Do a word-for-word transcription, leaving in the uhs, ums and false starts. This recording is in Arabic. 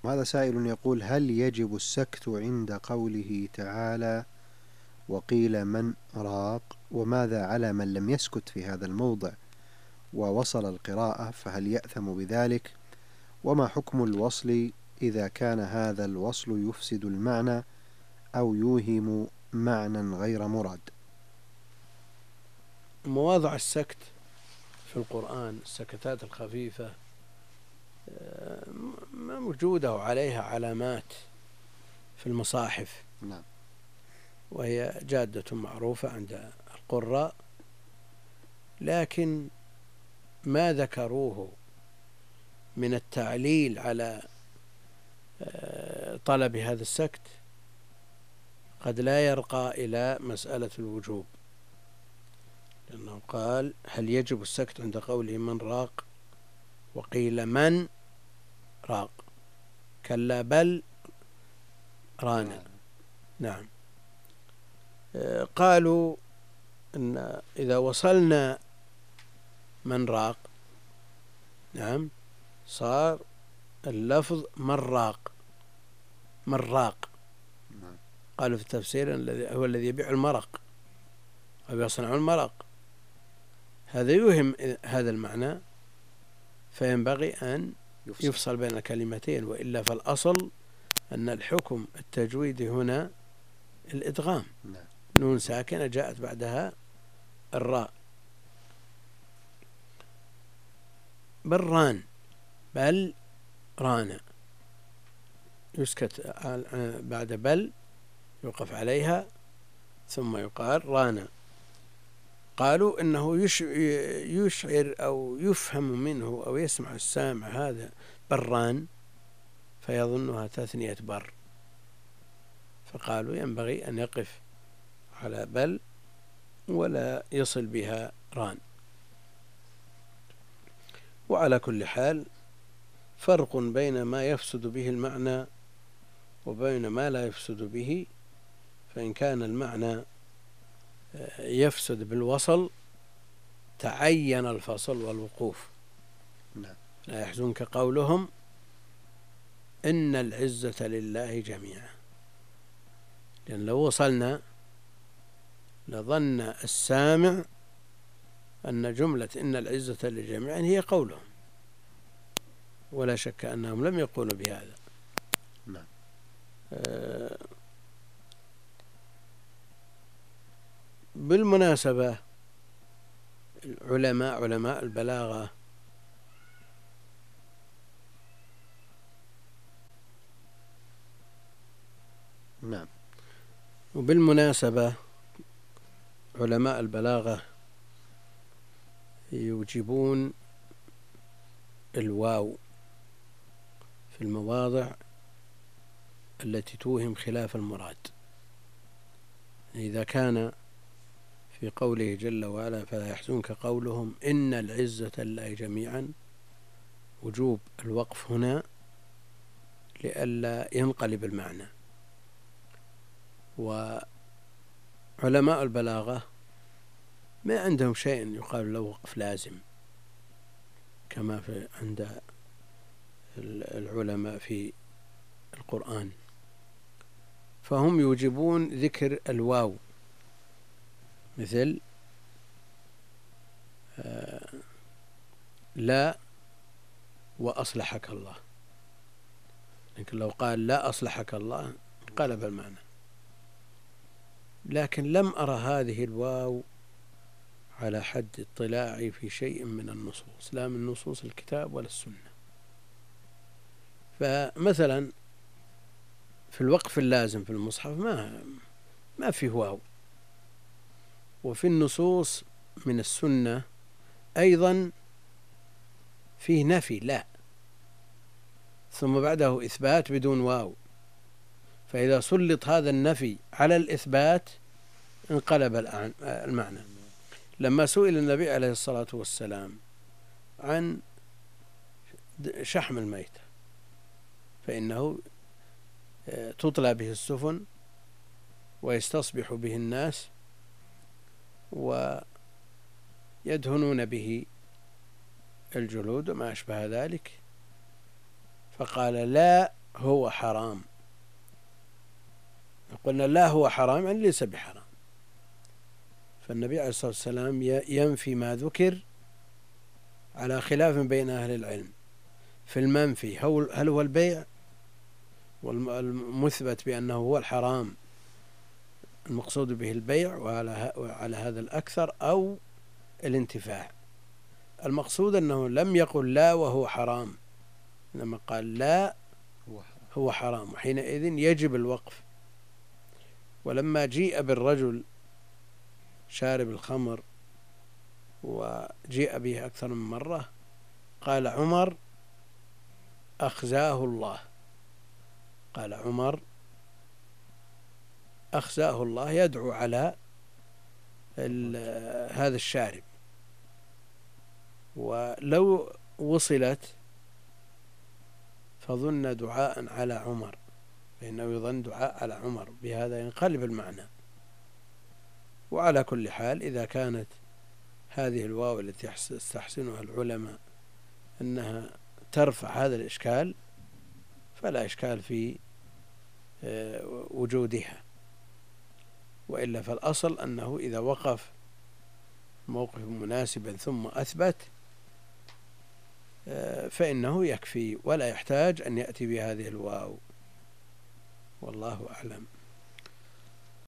وهذا سائل يقول: هل يجب السكت عند قوله تعالى وقيل من راق؟ وماذا على من لم يسكت في هذا الموضع ووصل القراءة، فهل يأثم بذلك؟ وما حكم الوصل إذا كان هذا الوصل يفسد المعنى أو يوهم معنى غير مراد؟ مواضع السكت في القرآن، السكتات الخفيفة موجودة وعليها علامات في المصاحف، نعم. وهي جادة معروفة عند القراء، لكن ما ذكروه من التعليل على طلب هذا السكت قد لا يرقى إلى مسألة الوجوب، لأنه قال هل يجب السكت عند قوله من راق؟ وقيل من راق، كلا بل رانا. نعم. قالوا إن إذا وصلنا من راق، نعم، صار اللفظ مراق مراق. قالوا في التفسير الذي هو الذي يبيع المرق أو يصنع المرق، هذا يوهم هذا المعنى، فينبغي أن يفصل, يفصل بين الكلمتين، وإلا فالأصل أن الحكم التجويدي هنا الإدغام. نعم. نون ساكنة جاءت بعدها الراء. بران بل رانا، يسكت بعد بل، يوقف عليها ثم يقال رانا. قالوا إنه يشعر أو يفهم منه أو يسمع السامع هذا بران فيظنها تثنية بر، فقالوا ينبغي أن يقف على بل ولا يصل بها ران. وعلى كل حال فرق بين ما يفسد به المعنى وبين ما لا يفسد به، فإن كان المعنى يفسد بالوصل تعين الفصل والوقوف. لا يحزنك قولهم إن العزة لله جميعا، لأن لو وصلنا لظن السامع أن جملة إن العزة للجميع هي قولهم، ولا شك أنهم لم يقولوا بهذا. نعم. آه بالمناسبة العلماء علماء البلاغة نعم. وبالمناسبة علماء البلاغة يوجبون الواو في المواضع التي توهم خلاف المراد. إذا كان في قوله جل وعلا فلا يحزنك قولهم إن العزة لله جميعا، وجوب الوقف هنا لئلا ينقلب المعنى. وعلماء البلاغة ما عندهم شيء يقال له وقف لازم كما في عند العلماء في القرآن، فهم يوجبون ذكر الواو، مثل لا وأصلحك الله، لكن لو قال لا أصلحك الله قلب المعنى. لكن لم أرى هذه الواو على حد اطلاعي في شيء من النصوص، لا من نصوص الكتاب ولا السنة. فمثلا في الوقف اللازم في المصحف ما ما في واو، وفي النصوص من السنة أيضا فيه نفي لا ثم بعده إثبات بدون واو، فإذا سلط هذا النفي على الإثبات انقلب المعنى. لما سئل النبي عليه الصلاة والسلام عن شحم الميت فإنه تطلى به السفن ويستصبح به الناس ويدهنون به الجلود وما أشبه ذلك، فقال لا هو حرام، قلنا لا هو حرام يعني ليس بحرام. فالنبي عليه الصلاة والسلام ينفي ما ذكر على خلاف بين أهل العلم في المنفي، هل هو البيع، والمثبت بأنه هو الحرام المقصود به البيع وعلى هذا الأكثر، أو الانتفاع. المقصود أنه لم يقل لا وهو حرام، لما قال لا هو حرام، وحينئذ يجب الوقف. ولما جيء بالرجل شارب الخمر وجيء به أكثر من مرة، قال عمر أخزاه الله، قال عمر أخزاه الله، يدعو على هذا الشارب. ولو وصلت فظن دعاء على عمر، فإنه يظن دعاء على عمر، بهذا ينقلب المعنى. وعلى كل حال إذا كانت هذه الواو التي يستحسنها العلماء أنها ترفع هذا الإشكال فلا إشكال في وجودها، وإلا فالأصل أنه إذا وقف موقف مناسبا ثم أثبت فإنه يكفي ولا يحتاج أن يأتي بهذه الواو، والله أعلم.